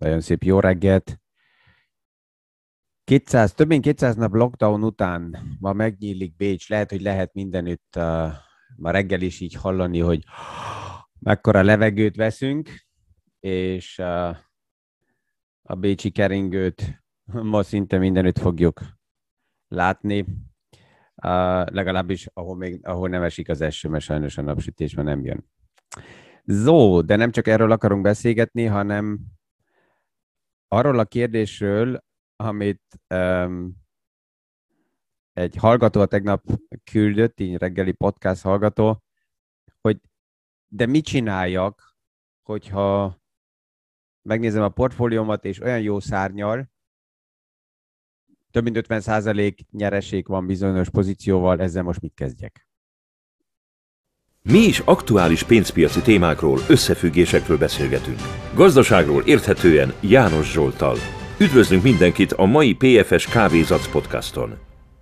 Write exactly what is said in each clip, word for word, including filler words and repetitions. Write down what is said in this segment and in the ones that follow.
Nagyon szép jó reggelt. kétszáz, több mint kétszáz nap lockdown után ma megnyílik Bécs. Lehet, hogy lehet mindenütt uh, ma reggel is így hallani, hogy mekkora levegőt veszünk, és uh, a bécsi keringőt ma szinte mindenütt fogjuk látni. Uh, legalábbis, ahol, még, ahol nem esik az eső, mert sajnos a napsütésben nem jön. Zó, de nem csak erről akarunk beszélgetni, hanem arról a kérdésről, amit um, egy hallgató a tegnap küldött, így reggeli podcast hallgató, hogy de mit csináljak, hogyha megnézem a portfóliómat, és olyan jó szárnyal, több mint ötven százalék nyereség van bizonyos pozícióval, ezzel most mit kezdjek? Mi is aktuális pénzpiaci témákról, összefüggésekről beszélgetünk. Gazdaságról érthetően János Zsolttal. Üdvözlünk mindenkit a mai pé ef es Kávézac podcaston.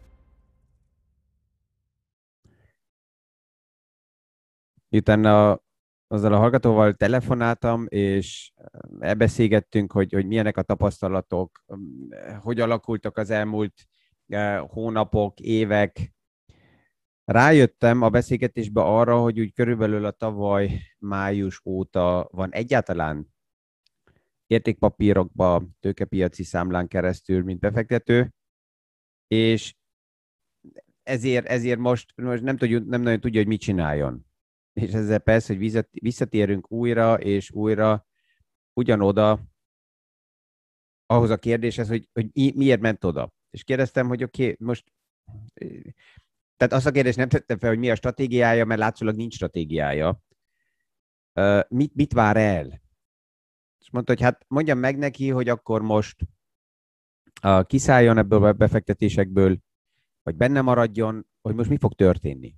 Utána azzal a hallgatóval telefonáltam, és elbeszélgettünk, hogy, hogy milyenek a tapasztalatok, hogy alakultak az elmúlt hónapok, évek. Rájöttem a beszélgetésbe arra, hogy úgy körülbelül a tavaly május óta van egyáltalán értékpapírokba, tőkepiaci számlán keresztül, mint befektető, és ezért, ezért most, most nem, tudjuk, nem nagyon tudja, hogy mit csináljon. És ezzel persze, hogy visszatérünk újra és újra ugyanoda, ahhoz a kérdéshez, hogy, hogy miért ment oda. És kérdeztem, hogy oké, okay, most... Tehát azt a kérdést nem tettem fel, hogy mi a stratégiája, mert látszólag nincs stratégiája. Uh, mit, mit vár el? És mondta, hogy hát mondjam meg neki, hogy akkor most uh, kiszálljon ebből a befektetésekből, vagy benne maradjon, hogy most mi fog történni.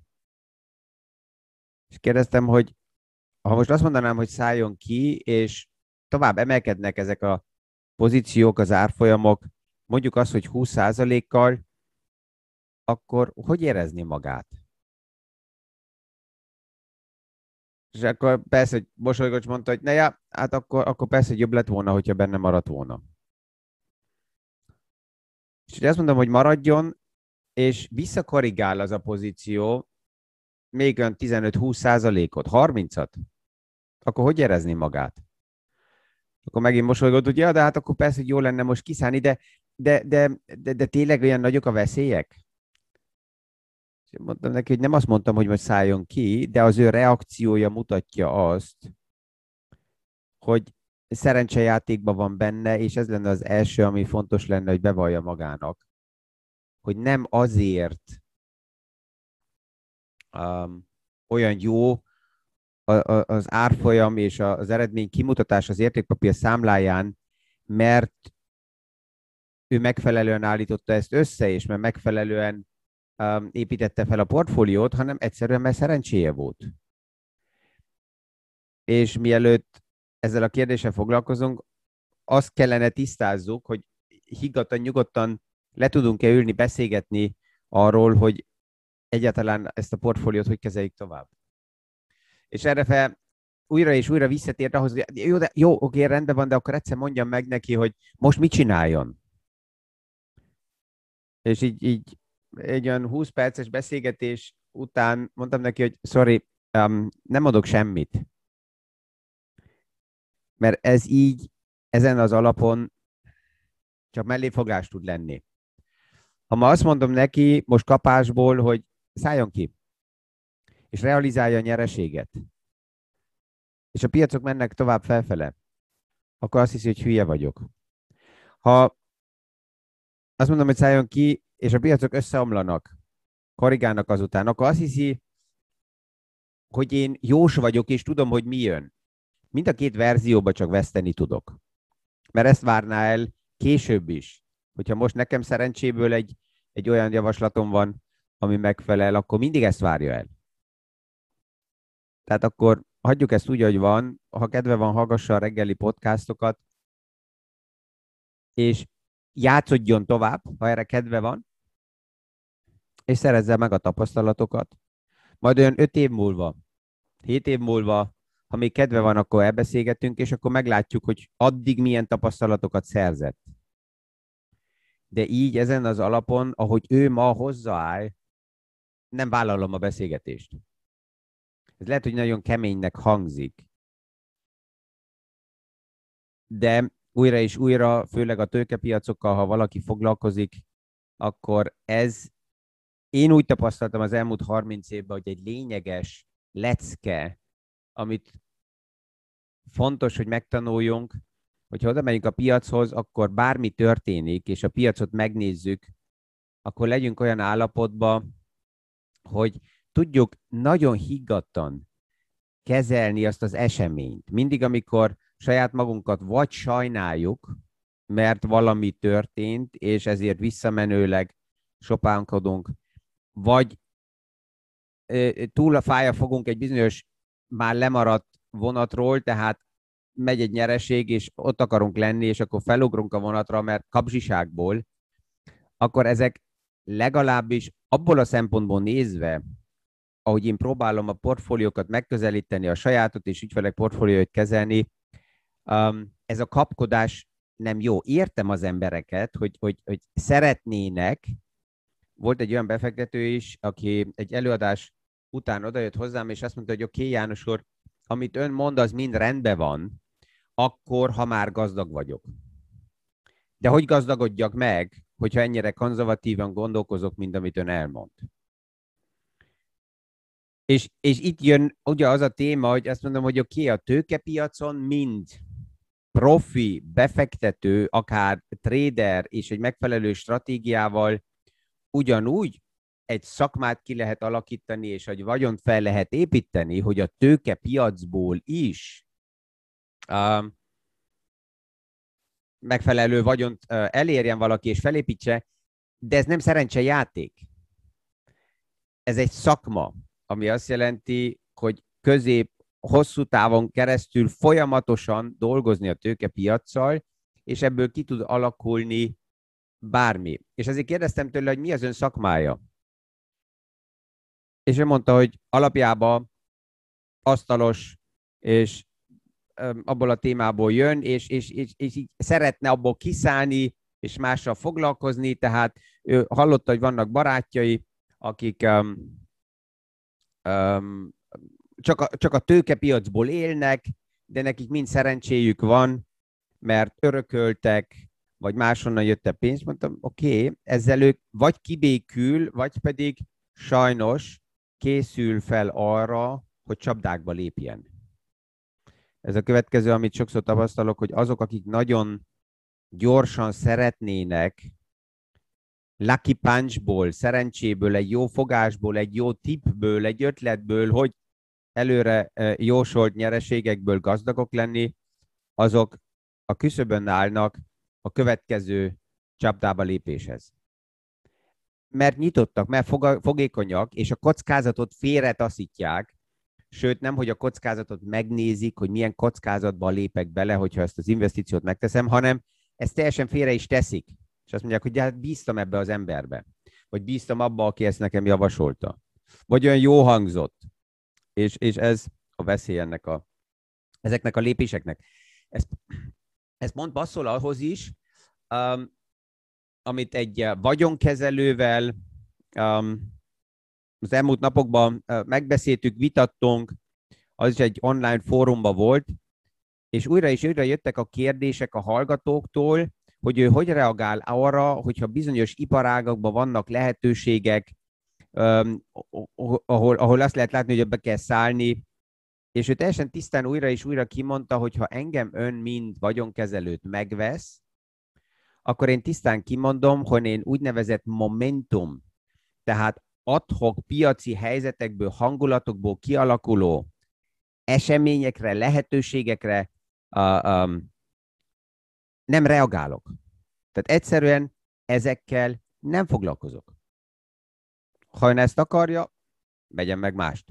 És kérdeztem, hogy ha most azt mondanám, hogy szálljon ki, és tovább emelkednek ezek a pozíciók, az árfolyamok, mondjuk azt, hogy húsz százalékkal, akkor hogy érezni magát? És akkor persze, hogy mosolygott, mondta, hogy ne ja, hát akkor, akkor persze, hogy jobb lett volna, hogyha benne maradt volna. És azt mondom, hogy maradjon, és visszakorrigál az a pozíció, még olyan tizenöt-húsz százalékot, harmincat, akkor hogy érezni magát? Akkor megint mosolygott, hogy ja, de hát akkor persze, hogy jó lenne most kiszállni, de, de, de, de, de tényleg olyan nagyok a veszélyek? És mondtam neki, hogy nem azt mondtam, hogy most szálljon ki, de az ő reakciója mutatja azt, hogy szerencsejátékban van benne, és ez lenne az első, ami fontos lenne, hogy bevallja magának, hogy nem azért um, olyan jó a, a, az árfolyam és az eredmény kimutatás az értékpapír számláján, mert ő megfelelően állította ezt össze, és mert megfelelően um, építette fel a portfóliót, hanem egyszerűen, mert szerencséje volt. És mielőtt ezzel a kérdéssel foglalkozunk, azt kellene tisztázzuk, hogy higgadtan, nyugodtan le tudunk-e ülni, beszélgetni arról, hogy egyáltalán ezt a portfóliót hogy kezeljük tovább. És erre fel újra és újra visszatért ahhoz, hogy jó, de, jó, oké, rendben van, de akkor egyszer mondjam meg neki, hogy most mit csináljon. És így, így egy olyan húsz perces beszélgetés után mondtam neki, hogy sorry, um, nem adok semmit. Mert ez így, ezen az alapon csak melléfogás tud lenni. Ha ma azt mondom neki most kapásból, hogy szálljon ki, és realizálja a nyereséget, és a piacok mennek tovább felfele, akkor azt hiszi, hogy hülye vagyok. Ha azt mondom, hogy szálljon ki, és a piacok összeomlanak, korrigálnak azután, akkor azt hiszi, hogy én jós vagyok, és tudom, hogy mi jön. Mind a két verzióban csak veszteni tudok. Mert ezt várná el később is. Hogyha most nekem szerencséből egy, egy olyan javaslatom van, ami megfelel, akkor mindig ezt várja el. Tehát akkor hagyjuk ezt úgy, hogy van. Ha kedve van, hallgassa a reggeli podcastokat, és játszodjon tovább, ha erre kedve van, és szerezze meg a tapasztalatokat. Majd olyan öt év múlva, hét év múlva, ha még kedve van, akkor elbeszélgetünk, és akkor meglátjuk, hogy addig milyen tapasztalatokat szerzett. De így ezen az alapon, ahogy ő ma hozzááll, nem vállalom a beszélgetést. Ez lehet, hogy nagyon keménynek hangzik. De újra és újra, főleg a tőkepiacokkal, ha valaki foglalkozik, akkor ez, én úgy tapasztaltam az elmúlt harminc évben, hogy egy lényeges lecke, amit fontos, hogy megtanuljunk, hogyha oda megyünk a piachoz, akkor bármi történik, és a piacot megnézzük, akkor legyünk olyan állapotban, hogy tudjuk nagyon higgadtan kezelni azt az eseményt. Mindig, amikor saját magunkat vagy sajnáljuk, mert valami történt, és ezért visszamenőleg sopánkodunk, vagy túl a fája fogunk egy bizonyos már lemaradt vonatról, tehát megy egy nyereség, és ott akarunk lenni, és akkor felugrunk a vonatra, mert kapzsiságból, akkor ezek legalábbis abból a szempontból nézve, ahogy én próbálom a portfóliókat megközelíteni, a sajátot és ügyfelek portfólióit kezelni, ez a kapkodás nem jó. Értem az embereket, hogy, hogy, hogy szeretnének. Volt egy olyan befektető is, aki egy előadás után odajött hozzám, és azt mondta, hogy oké, okay, János úr, amit ön mond, az mind rendben van, akkor, ha már gazdag vagyok. De hogy gazdagodjak meg, hogyha ennyire konzervatívan gondolkozok, mint amit ön elmond? És, és itt jön ugye az a téma, hogy azt mondom, hogy oké, okay, a tőkepiacon mind profi, befektető, akár trader és egy megfelelő stratégiával ugyanúgy egy szakmát ki lehet alakítani, és egy vagyont fel lehet építeni, hogy a tőkepiacból is uh, megfelelő vagyont uh, elérjen valaki és felépítse, de ez nem szerencsejáték. Ez egy szakma, ami azt jelenti, hogy közép, hosszú távon keresztül folyamatosan dolgozni a tőkepiaccal, és ebből ki tud alakulni bármi. És ezért kérdeztem tőle, hogy mi az ön szakmája. És ő mondta, hogy alapjában asztalos, és um, abból a témából jön, és, és, és, és így szeretne abból kiszállni, és mással foglalkozni, tehát ő hallotta, hogy vannak barátjai, akik um, um, csak, a, csak a tőkepiacból élnek, de nekik mind szerencséjük van, mert örököltek, vagy máshonnan jött a pénz. Mondtam, oké, okay, ezzel ők vagy kibékül, vagy pedig sajnos készül fel arra, hogy csapdákba lépjen. Ez a következő, amit sokszor tapasztalok, hogy azok, akik nagyon gyorsan szeretnének lucky punchból, szerencséből, egy jó fogásból, egy jó tippből, egy ötletből, hogy előre jósolt nyereségekből gazdagok lenni, azok a küszöbön állnak a következő csapdába lépéshez. Mert nyitottak, mert fogékonyak, és a kockázatot félretaszítják, sőt nem, hogy a kockázatot megnézik, hogy milyen kockázatba lépek bele, hogyha ezt az investíciót megteszem, hanem ezt teljesen félre is teszik. És azt mondják, hogy hát bíztam ebbe az emberbe, vagy bíztam abba, aki ezt nekem javasolta, vagy olyan jó hangzott. És, és ez a veszély ennek a, ezeknek a lépéseknek. Ez, ez mond passzol ahhoz is, um, amit egy vagyonkezelővel um, az elmúlt napokban uh, megbeszéltük, vitattunk, az is egy online fórumban volt, és újra és újra jöttek a kérdések a hallgatóktól, hogy ő hogy reagál arra, hogyha bizonyos iparágakban vannak lehetőségek, um, ahol, ahol azt lehet látni, hogy ebbe kell szállni, és ő teljesen tisztán újra és újra kimondta, hogy ha engem ön mind vagyonkezelőt megvesz, akkor én tisztán kimondom, hogy én úgynevezett momentum, tehát ad-hoc piaci helyzetekből, hangulatokból kialakuló eseményekre, lehetőségekre uh, um, nem reagálok. Tehát egyszerűen ezekkel nem foglalkozok. Ha ön ezt akarja, vegyen meg mást.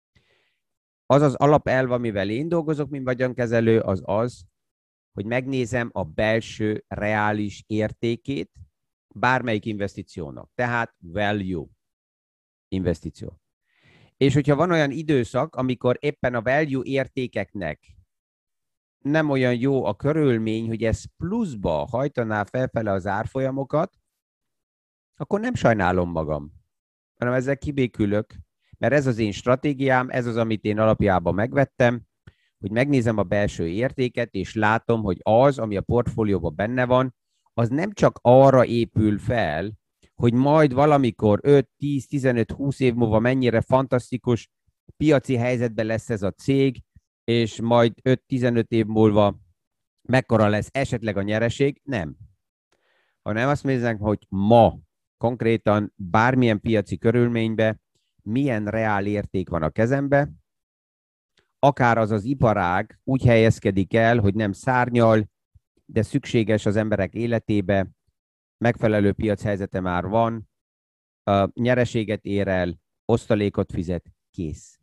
Az az alapelv, amivel én dolgozok, mint vagyonkezelő, az az, hogy megnézem a belső reális értékét bármelyik investíciónak. Tehát value investíció. És hogyha van olyan időszak, amikor éppen a value értékeknek nem olyan jó a körülmény, hogy ez pluszba hajtaná felfele az árfolyamokat, akkor nem sajnálom magam, hanem ezzel kibékülök, mert ez az én stratégiám, ez az, amit én alapjában megvettem, hogy megnézem a belső értéket, és látom, hogy az, ami a portfólióban benne van, az nem csak arra épül fel, hogy majd valamikor öt, tíz, tizenöt, húsz év múlva mennyire fantasztikus piaci helyzetben lesz ez a cég, és majd öt-tizenöt év múlva mekkora lesz esetleg a nyereség, nem. Hanem azt nézzük, hogy ma konkrétan bármilyen piaci körülményben milyen reál érték van a kezembe, akár az az iparág úgy helyezkedik el, hogy nem szárnyal, de szükséges az emberek életébe, megfelelő piachelyzete már van, a nyereséget ér el, osztalékot fizet, kész.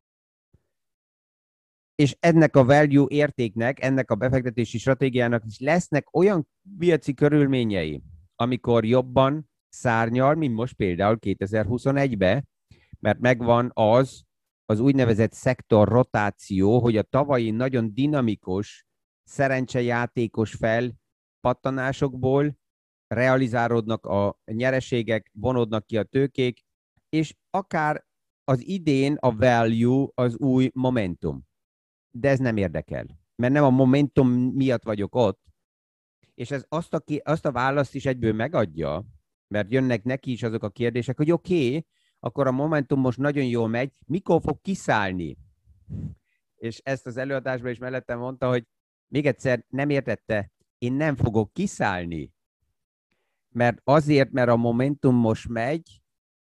És ennek a value értéknek, ennek a befektetési stratégiának is lesznek olyan piaci körülményei, amikor jobban szárnyal, mint most például kétezer-huszonegyben, mert megvan az, az úgynevezett szektor rotáció, hogy a tavalyi nagyon dinamikus, szerencsejátékos felpattanásokból realizálódnak a nyereségek, vonódnak ki a tőkék, és akár az idén a value az új momentum. De ez nem érdekel, mert nem a momentum miatt vagyok ott, és ez azt a, azt a választ is egyből megadja, mert jönnek neki is azok a kérdések, hogy oké, okay, akkor a momentum most nagyon jól megy, mikor fog kiszállni? És ezt az előadásban is mellettem mondta, hogy még egyszer nem értette, én nem fogok kiszállni, mert azért, mert a momentum most megy,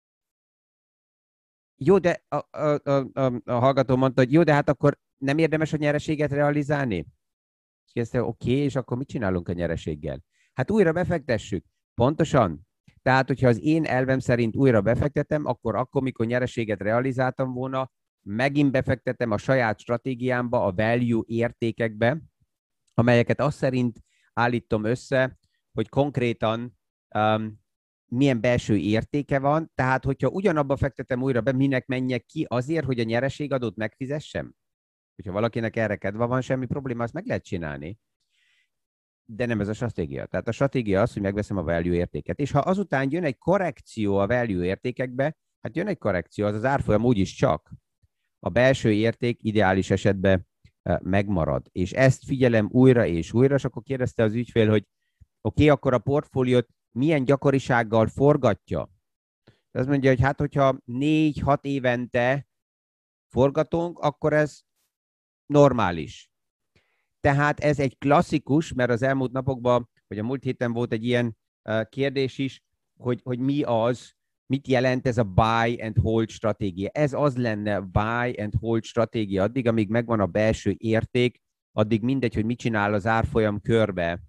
jó, de a, a, a, a, a hallgató mondta, hogy jó, de hát akkor nem érdemes a nyereséget realizálni? És kérdezte, oké, okay, és akkor mit csinálunk a nyereséggel? Hát újra befektessük. Pontosan. Tehát, hogyha az én elvem szerint újra befektetem, akkor akkor, mikor nyereséget realizáltam volna, megint befektetem a saját stratégiámba, a value értékekbe, amelyeket azt szerint állítom össze, hogy konkrétan um, milyen belső értéke van. Tehát, hogyha ugyanabba fektetem újra be, minek menjek ki azért, hogy a nyereségadót megfizessem? Hogyha valakinek erre kedve van, semmi probléma, azt meg lehet csinálni. De nem ez a stratégia. Tehát a stratégia az, hogy megveszem a value értéket. És ha azután jön egy korrekció a value értékekbe, hát jön egy korrekció, az az árfolyam úgyis csak. A belső érték ideális esetben megmarad. És ezt figyelem újra és újra, és akkor kérdezte az ügyfél, hogy oké, okay, akkor a portfóliót milyen gyakorisággal forgatja? Azt mondja, hogy hát, hogyha négy-hat évente forgatunk, akkor ez normális. Tehát ez egy klasszikus, mert az elmúlt napokban, vagy a múlt héten volt egy ilyen uh, kérdés is, hogy, hogy mi az, mit jelent ez a buy and hold stratégia. Ez az lenne buy and hold stratégia. Addig, amíg megvan a belső érték, addig mindegy, hogy mit csinál az árfolyam körbe.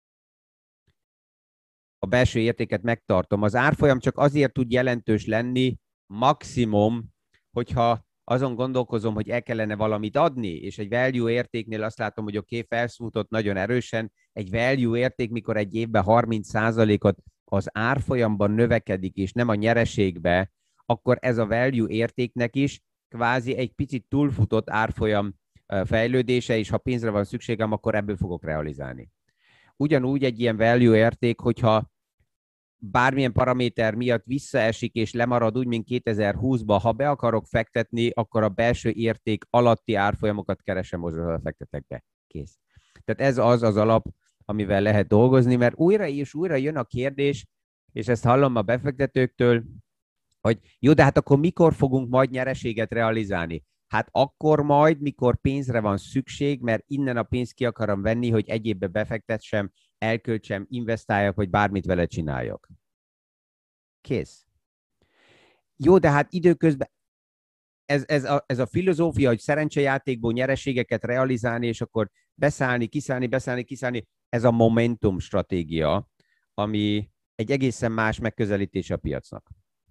A belső értéket megtartom. Az árfolyam csak azért tud jelentős lenni maximum, hogyha azon gondolkozom, hogy el kellene valamit adni, és egy value értéknél azt látom, hogy oké, okay, felszújtott nagyon erősen, egy value érték, mikor egy évben harminc százalékot az árfolyamban növekedik, és nem a nyereségbe, akkor ez a value értéknek is kvázi egy picit túlfutott árfolyam fejlődése, és ha pénzre van szükségem, akkor ebből fogok realizálni. Ugyanúgy egy ilyen value érték, hogyha bármilyen paraméter miatt visszaesik és lemarad úgy, mint kétezer-húszban, ha be akarok fektetni, akkor a belső érték alatti árfolyamokat keresem, most fektetek be. Kész. Tehát ez az az alap, amivel lehet dolgozni, mert újra és újra jön a kérdés, és ezt hallom a befektetőktől, hogy jó, de hát akkor mikor fogunk majd nyereséget realizálni? Hát akkor majd, mikor pénzre van szükség, mert innen a pénzt ki akarom venni, hogy egyébbe befektetsem, elköltsem, investáljak, vagy bármit vele csináljak. Kész. Jó, de hát időközben ez, ez, a, ez a filozófia, hogy szerencsejátékból nyereségeket realizálni, és akkor beszállni, kiszállni, beszállni, kiszállni, ez a momentum stratégia, ami egy egészen más megközelítés a piacnak.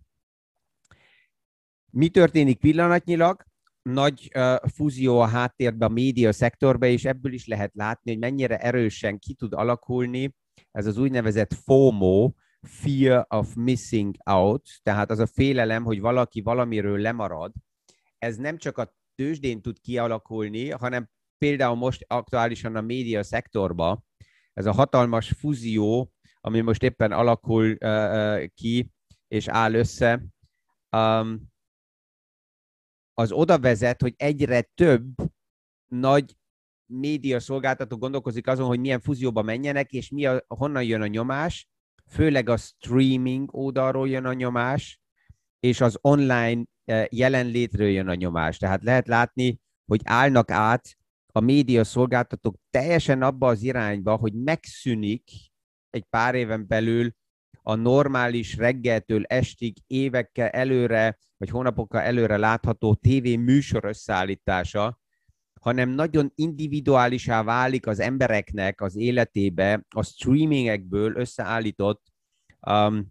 Mi történik pillanatnyilag? Nagy uh, fúzió a háttérben a média szektorban, és ebből is lehet látni, hogy mennyire erősen ki tud alakulni ez az úgynevezett FOMO, Fear of Missing Out, tehát az a félelem, hogy valaki valamiről lemarad, ez nem csak a tőzsdén tud kialakulni, hanem például most aktuálisan a média szektorban ez a hatalmas fúzió, ami most éppen alakul uh, ki és áll össze, um, az oda vezet, hogy egyre több nagy média szolgáltató gondolkozik azon, hogy milyen fúzióba menjenek, és mi a, honnan jön a nyomás, főleg a streaming oldalról jön a nyomás, és az online jelenlétről jön a nyomás. Tehát lehet látni, hogy állnak át a média szolgáltatók teljesen abba az irányba, hogy megszűnik egy pár éven belül a normális reggeltől estig évekkel előre, vagy hónapokkal előre látható tévé műsor összeállítása, hanem nagyon individuálisá válik az embereknek az életébe a streamingekből összeállított um,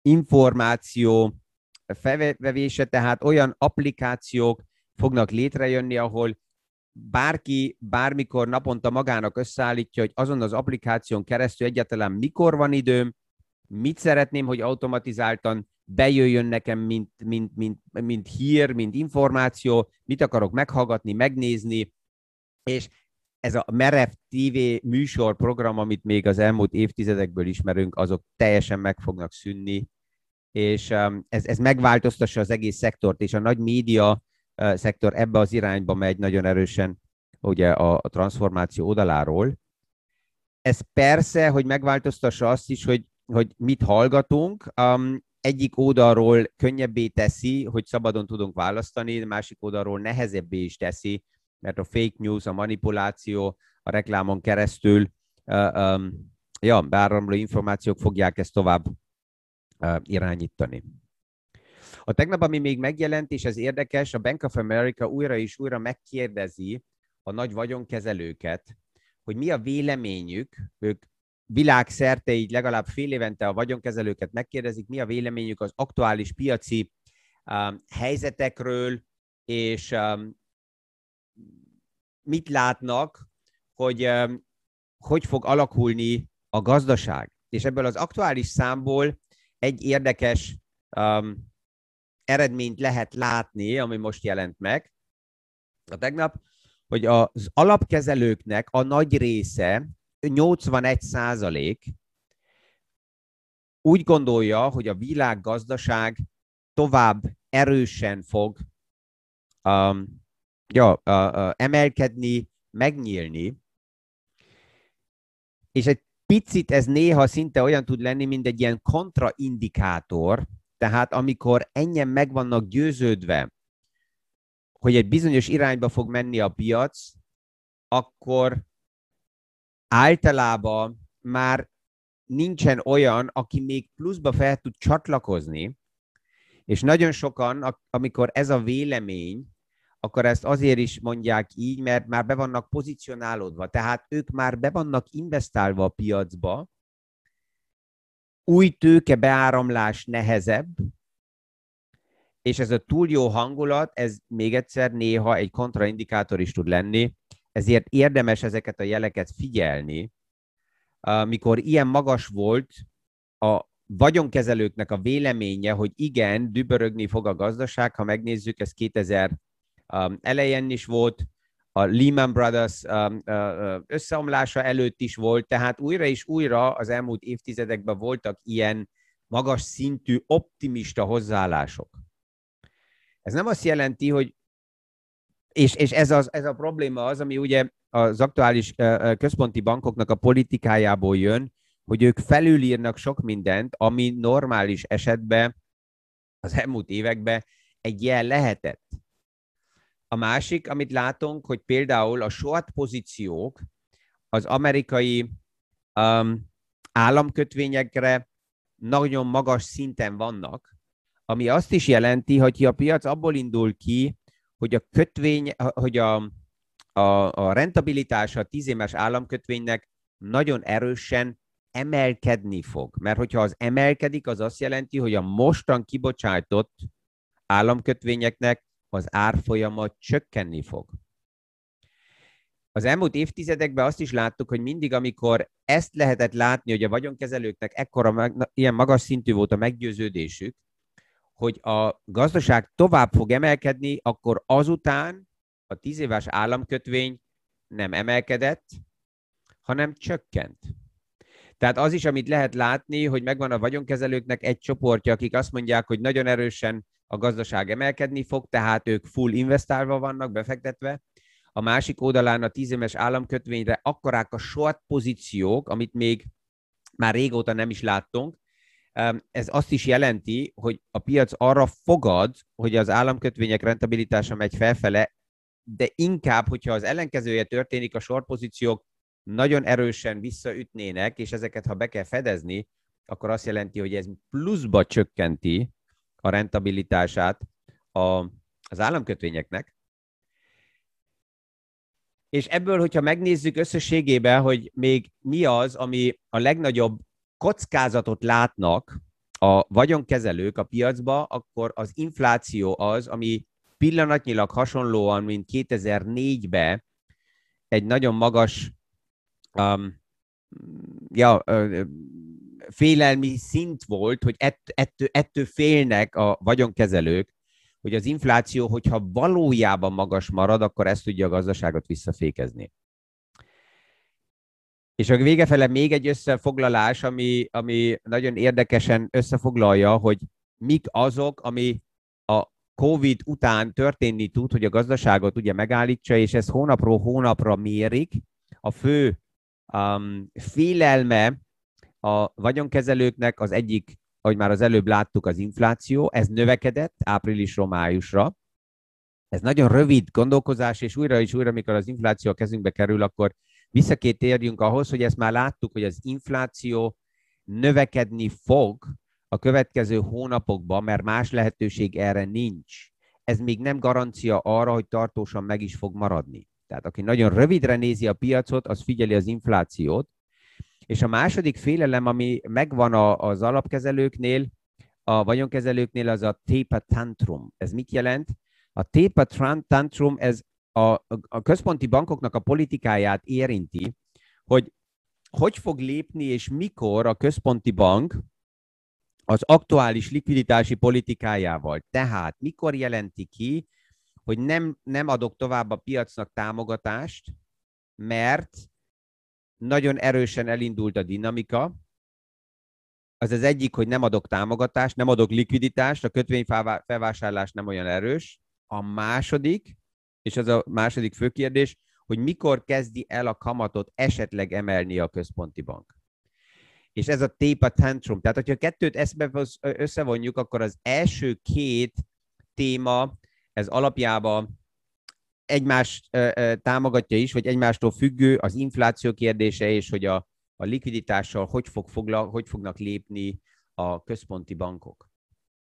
információ felvevése, tehát olyan applikációk fognak létrejönni, ahol bárki bármikor naponta magának összeállítja, hogy azon az applikáción keresztül egyáltalán mikor van időm, mit szeretném, hogy automatizáltan bejöjjön nekem, mint, mint, mint, mint hír, mint információ, mit akarok meghallgatni, megnézni, és ez a merev tévé műsorprogram, amit még az elmúlt évtizedekből ismerünk, azok teljesen meg fognak szűnni, és ez, ez megváltoztassa az egész szektort, és a nagy média szektor ebbe az irányba megy nagyon erősen ugye a, a transformáció oldaláról. Ez persze, hogy megváltoztassa azt is, hogy, hogy mit hallgatunk. Um, egyik oldalról könnyebbé teszi, hogy szabadon tudunk választani, másik oldalról nehezebbé is teszi, mert a fake news, a manipuláció, a reklámon keresztül uh, um, ja, beáramló információk fogják ezt tovább uh, irányítani. A tegnap, ami még megjelent, és ez érdekes, a Bank of America újra és újra megkérdezi a nagy vagyonkezelőket, hogy mi a véleményük, ők világszerte így legalább fél évente a vagyonkezelőket megkérdezik, mi a véleményük az aktuális piaci um, helyzetekről, és um, mit látnak, hogy um, hogy fog alakulni a gazdaság. És ebből az aktuális számból egy érdekes um, eredményt lehet látni, ami most jelent meg a tegnap, hogy az alapkezelőknek a nagy része, nyolcvanegy százalék úgy gondolja, hogy a világgazdaság tovább erősen fog um, ja, uh, uh, emelkedni, megnyílni, és egy picit ez néha szinte olyan tud lenni, mint egy ilyen kontraindikátor, tehát amikor ennyien meg vannak győződve, hogy egy bizonyos irányba fog menni a piac, akkor általában már nincsen olyan, aki még pluszba fel tud csatlakozni, és nagyon sokan, amikor ez a vélemény, akkor ezt azért is mondják így, mert már be vannak pozícionálódva, tehát ők már be vannak investálva a piacba, új tőke beáramlás nehezebb, és ez a túl jó hangulat, ez még egyszer néha egy kontraindikátor is tud lenni, ezért érdemes ezeket a jeleket figyelni. Mikor ilyen magas volt a vagyonkezelőknek a véleménye, hogy igen, dübörögni fog a gazdaság, ha megnézzük, ez kétezer elején is volt, a Lehman Brothers összeomlása előtt is volt, tehát újra és újra az elmúlt évtizedekben voltak ilyen magas szintű optimista hozzáállások. Ez nem azt jelenti, hogy, és, és ez, az, ez a probléma az, ami ugye az aktuális központi bankoknak a politikájából jön, hogy ők felülírnak sok mindent, ami normális esetben az elmúlt években egy jel lehetett. A másik, amit látunk, hogy például a short pozíciók az amerikai um, államkötvényekre nagyon magas szinten vannak, ami azt is jelenti, hogy a piac abból indul ki, hogy a kötvény, hogy a, a, a rentabilitása a tíz éves államkötvénynek nagyon erősen emelkedni fog. Mert hogyha az emelkedik, az azt jelenti, hogy a mostan kibocsátott államkötvényeknek az árfolyama csökkenni fog. Az elmúlt évtizedekben azt is láttuk, hogy mindig, amikor ezt lehetett látni, hogy a vagyonkezelőknek ekkora, ilyen magas szintű volt a meggyőződésük, hogy a gazdaság tovább fog emelkedni, akkor azután a tíz éves államkötvény nem emelkedett, hanem csökkent. Tehát az is, amit lehet látni, hogy megvan a vagyonkezelőknek egy csoportja, akik azt mondják, hogy nagyon erősen a gazdaság emelkedni fog, tehát ők full investálva vannak, befektetve. A másik oldalán a tíz éves államkötvényre akkorák a short pozíciók, amit még már régóta nem is láttunk. Ez azt is jelenti, hogy a piac arra fogad, hogy az államkötvények rentabilitása megy felfele, de inkább, hogyha az ellenkezője történik, a short pozíciók nagyon erősen visszaütnének, és ezeket, ha be kell fedezni, akkor azt jelenti, hogy ez pluszba csökkenti a rentabilitását a, az államkötvényeknek. És ebből, hogyha megnézzük összességében, hogy még mi az, ami a legnagyobb kockázatot látnak a vagyonkezelők a piacba, akkor az infláció az, ami pillanatnyilag hasonlóan, mint kétezer-négyben egy nagyon magas um, ja, uh, félelmi szint volt, hogy ett, ettől, ettől félnek a vagyonkezelők, hogy az infláció, hogyha valójában magas marad, akkor ezt tudja a gazdaságot visszafékezni. És a végefele még egy összefoglalás, ami, ami nagyon érdekesen összefoglalja, hogy mik azok, ami a Covid után történni tud, hogy a gazdaságot ugye megállítsa, és ez hónapról hónapra mérik. A fő um, félelme a vagyonkezelőknek az egyik, ahogy már az előbb láttuk, az infláció. Ez növekedett áprilisról májusra. Ez nagyon rövid gondolkozás, és újra és újra, amikor az infláció a kezünkbe kerül, akkor vissza kell térjünk ahhoz, hogy ezt már láttuk, hogy az infláció növekedni fog a következő hónapokban, mert más lehetőség erre nincs. Ez még nem garancia arra, hogy tartósan meg is fog maradni. Tehát aki nagyon rövidre nézi a piacot, az figyeli az inflációt. És a második félelem, ami megvan az alapkezelőknél, a vagyonkezelőknél, az a taper tantrum. Ez mit jelent? A taper tantrum, ez a, a központi bankoknak a politikáját érinti, hogy hogy fog lépni és mikor a központi bank az aktuális likviditási politikájával. Tehát mikor jelenti ki, hogy nem, nem adok tovább a piacnak támogatást, mert nagyon erősen elindult a dinamika. Az az egyik, hogy nem adok támogatást, nem adok likviditást, a kötvényfelvásárlás nem olyan erős. A második, és az a második fő kérdés, hogy mikor kezdi el a kamatot esetleg emelni a központi bank. És ez a taper tantrum. Tehát, hogyha a kettőt eszbe összevonjuk, akkor az első két téma, ez alapjában egymást támogatja is, vagy egymástól függő, az infláció kérdése, és hogy a, a likviditással hogy, fog foglal, hogy fognak lépni a központi bankok.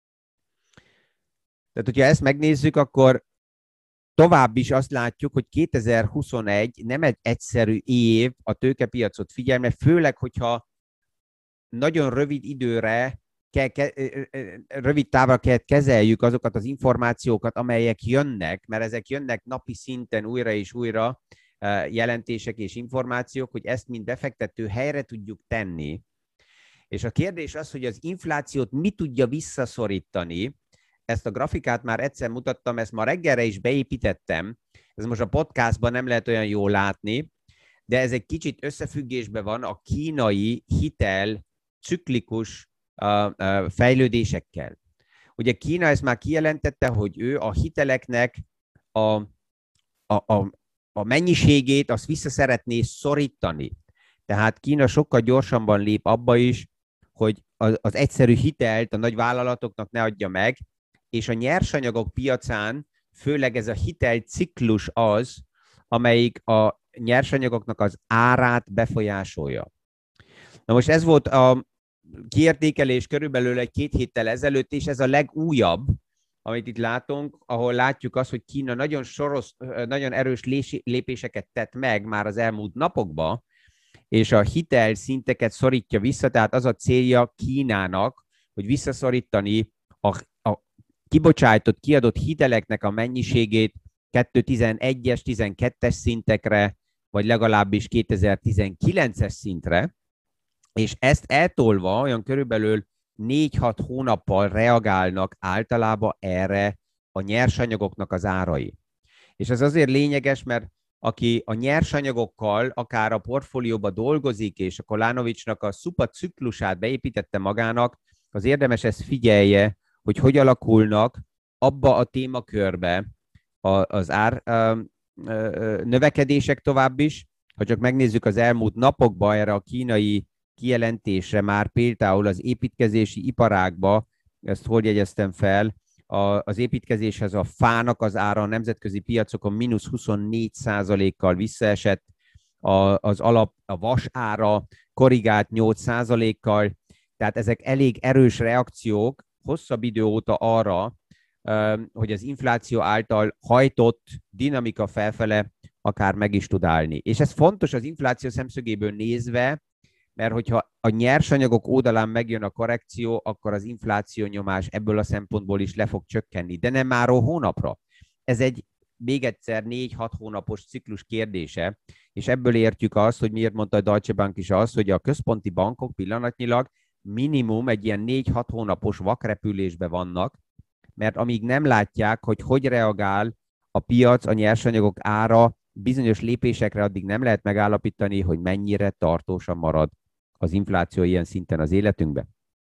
Tehát, hogyha ezt megnézzük, akkor tovább is azt látjuk, hogy kétezer-huszonegy nem egy egyszerű év a tőkepiacot figyelme, főleg, hogyha nagyon rövid időre, kell, rövid távra kell kezeljük azokat az információkat, amelyek jönnek, mert ezek jönnek napi szinten újra és újra jelentések és információk, hogy ezt mind befektető helyre tudjuk tenni. És a kérdés az, hogy az inflációt mi tudja visszaszorítani. Ezt a grafikát már egyszer mutattam, ezt ma reggelre is beépítettem. Ez most a podcastban nem lehet olyan jól látni, de ez egy kicsit összefüggésben van a kínai hitel ciklikus uh, uh, fejlődésekkel. Ugye Kína ezt már kijelentette, hogy ő a hiteleknek a, a, a, a mennyiségét azt vissza szeretné szorítani. Tehát Kína sokkal gyorsabban lép abba is, hogy az, az egyszerű hitelt a nagy vállalatoknak ne adja meg, és a nyersanyagok piacán főleg ez a hitelciklus az, amelyik a nyersanyagoknak az árát befolyásolja. Na most ez volt a kiértékelés körülbelül egy-két héttel ezelőtt, és ez a legújabb, amit itt látunk, ahol látjuk azt, hogy Kína nagyon, soros, nagyon erős lépéseket tett meg már az elmúlt napokban, és a hitelszinteket szorítja vissza, tehát az a célja Kínának, hogy visszaszorítani a, a kibocsájtott, kiadott hiteleknek a mennyiségét kétezer-tizenegyes, tizenkettes szintekre, vagy legalábbis kétezer-tizenkilences szintre, és ezt eltolva olyan körülbelül négy-hat hónappal reagálnak általában erre a nyersanyagoknak az árai. És ez azért lényeges, mert aki a nyersanyagokkal akár a portfólióba dolgozik, és a Kolanovicsnak a szupa ciklusát beépítette magának, az érdemes ezt figyelje, hogy hogy alakulnak abba a témakörbe az ár növekedések tovább is. Ha csak megnézzük az elmúlt napokban erre a kínai kijelentésre, már például az építkezési iparágba, ezt hol jegyeztem fel, az építkezéshez a fának az ára a nemzetközi piacokon mínusz huszonnégy százalékkal visszaesett, az alap, a vas ára korrigált nyolc százalékkal, tehát ezek elég erős reakciók hosszabb idő óta arra, hogy az infláció által hajtott dinamika felfele akár meg is tud állni. És ez fontos az infláció szemszögéből nézve, mert hogyha a nyersanyagok oldalán megjön a korrekció, akkor az infláció nyomás ebből a szempontból is le fog csökkenni, de nem már hónapra. Ez egy még egyszer négy-hat hónapos ciklus kérdése, és ebből értjük azt, hogy miért mondta a Deutsche Bank is azt, hogy a központi bankok pillanatnyilag minimum egy ilyen négy-hat hónapos vakrepülésbe vannak, mert amíg nem látják, hogy hogy reagál a piac, a nyersanyagok ára bizonyos lépésekre, addig nem lehet megállapítani, hogy mennyire tartósan marad az infláció ilyen szinten az életünkben.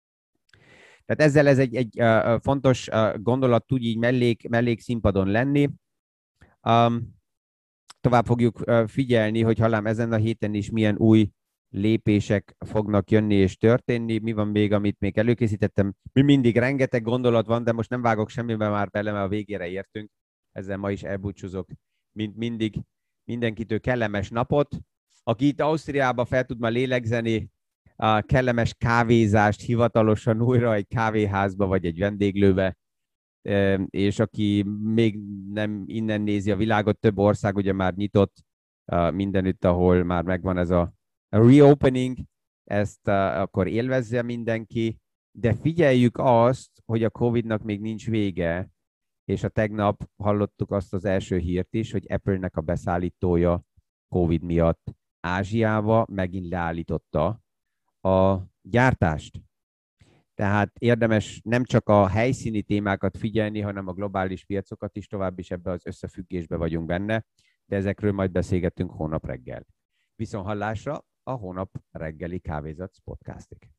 Tehát ezzel ez egy, egy uh, fontos uh, gondolat tud így mellék, mellék színpadon lenni. Um, tovább fogjuk uh, figyelni, hogy hallám ezen a héten is milyen új lépések fognak jönni és történni. Mi van még, amit még előkészítettem? Mi mindig rengeteg gondolat van, de most nem vágok semmiben már bele, mert a végére értünk. Ezzel ma is elbúcsúzok. Mint mindig mindenkitől kellemes napot. Aki itt Ausztriában fel tud ma lélegzeni, a kellemes kávézást hivatalosan újra egy kávéházba vagy egy vendéglőbe, és aki még nem innen nézi a világot, több ország ugye már nyitott mindenütt, ahol már megvan ez a reopening, ezt akkor élvezze mindenki, de figyeljük azt, hogy a Covidnak még nincs vége, és a tegnap hallottuk azt az első hírt is, hogy Apple-nek a beszállítója Covid miatt Ázsiába megint leállította a gyártást. Tehát érdemes nem csak a helyszíni témákat figyelni, hanem a globális piacokat is, tovább is ebbe az összefüggésbe vagyunk benne, de ezekről majd beszélgetünk hónap reggel. Viszonthallásra a hónap reggeli Kávézac podcastig.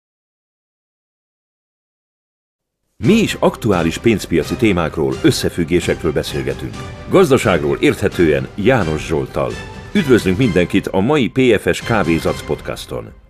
Mi is aktuális pénzpiaci témákról, összefüggésekről beszélgetünk. Gazdaságról érthetően János Zsolttal. Üdvözlünk mindenkit a mai pé ef es Kávézac podcaston!